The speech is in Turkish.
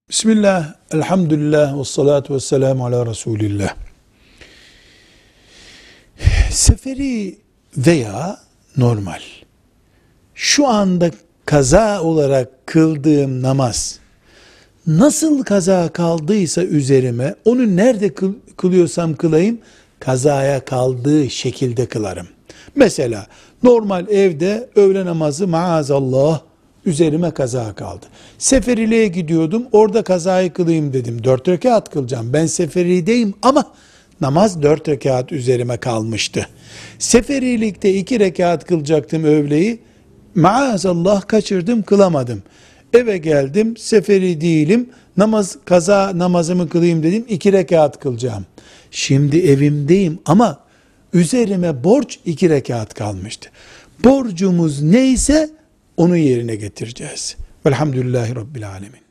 Bismillah, elhamdülillah, ve salatu ve selamu ala Resulillah. Seferi veya normal, şu anda kaza olarak kıldığım namaz, nasıl kaza kaldıysa üzerime, onu nerede kılıyorsam kılayım, kazaya kaldığı şekilde kılarım. Mesela, normal evde öğle namazı maazallah, üzerime kaza kaldı. Seferiliğe gidiyordum, orada kazayı kılayım dedim. 4 rekat kılacağım. Ben seferideyim ama namaz 4 rekat üzerime kalmıştı. Seferilikte 2 rekat kılacaktım öğleyi. Maazallah kaçırdım, kılamadım. Eve geldim, seferi değilim. Kaza namazımı kılayım dedim. 2 rekat kılacağım. Şimdi evimdeyim ama üzerime borç 2 rekat kalmıştı. Borcumuz neyse onu yerine getireceğiz. Velhamdülillahi Rabbil Alemin.